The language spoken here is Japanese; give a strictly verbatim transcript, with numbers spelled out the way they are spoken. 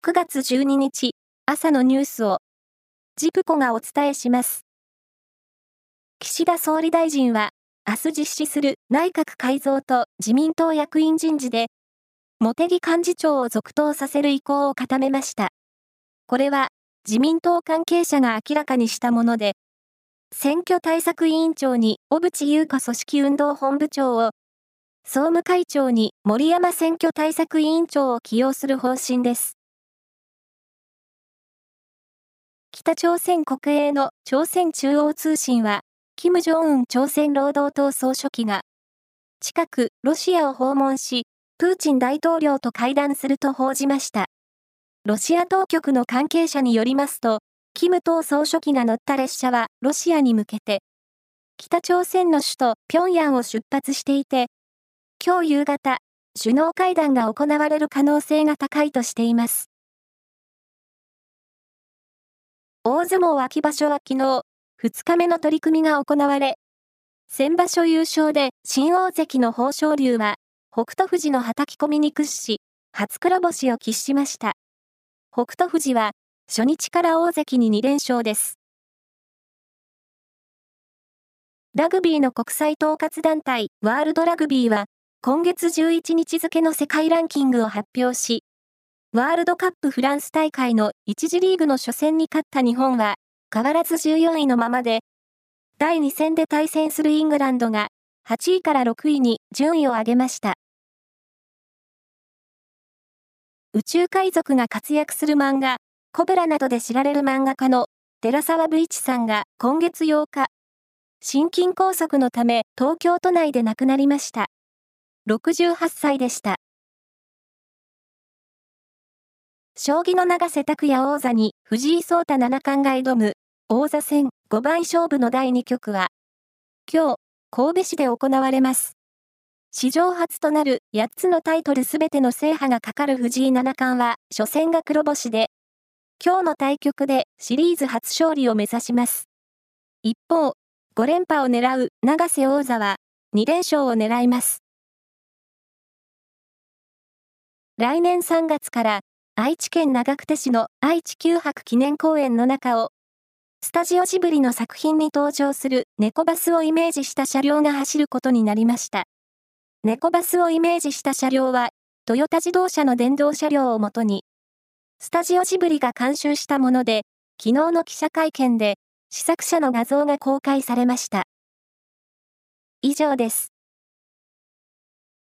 くがつじゅうににち、朝のニュースを、ジプコがお伝えします。岸田総理大臣は、明日実施する内閣改造と自民党役員人事で、茂木幹事長を続投させる意向を固めました。これは、自民党関係者が明らかにしたもので、選挙対策委員長に小渕優子組織運動本部長を、総務会長に森山選挙対策委員長を起用する方針です。北朝鮮国営の朝鮮中央通信は、金正恩朝鮮労働党総書記が、近くロシアを訪問し、プーチン大統領と会談すると報じました。ロシア当局の関係者によりますと、金党総書記が乗った列車はロシアに向けて、北朝鮮の首都平壌を出発していて、今日夕方、首脳会談が行われる可能性が高いとしています。大相撲秋場所は昨日、ふつかめの取り組みが行われ、先場所優勝で新大関の豊昇龍は、北勝富士の叩き込みに屈し、初黒星を喫しました。北勝富士は、初日から大関ににれんしょうです。ラグビーの国際統括団体、ワールドラグビーは、今月じゅういちにち付の世界ランキングを発表し、ワールドカップフランス大会のいち次リーグの初戦に勝った日本は、変わらずじゅうよんいのままで、だいに戦で対戦するイングランドが、はちいからろくいに順位を上げました。宇宙海賊が活躍する漫画、コブラなどで知られる漫画家の寺沢武一さんが今月ようか、心筋梗塞のため東京都内で亡くなりました。ろくじゅうはっさいでした。将棋の永瀬拓矢王座に藤井聡太七冠が挑む王座戦ごばん勝負のだいにきょくは、今日、神戸市で行われます。史上初となるやっつのタイトルすべての制覇がかかる藤井七冠は初戦が黒星で、今日の対局でシリーズ初勝利を目指します。一方、ごれんぱを狙う永瀬王座はにれんしょうを狙います。来年さんがつから愛知県長久手市の愛・地球博記念公園の中を、スタジオジブリの作品に登場する猫バスをイメージした車両が走ることになりました。猫バスをイメージした車両は、トヨタ自動車の電動車両をもとに、スタジオジブリが監修したもので、昨日の記者会見で、試作車の画像が公開されました。以上です。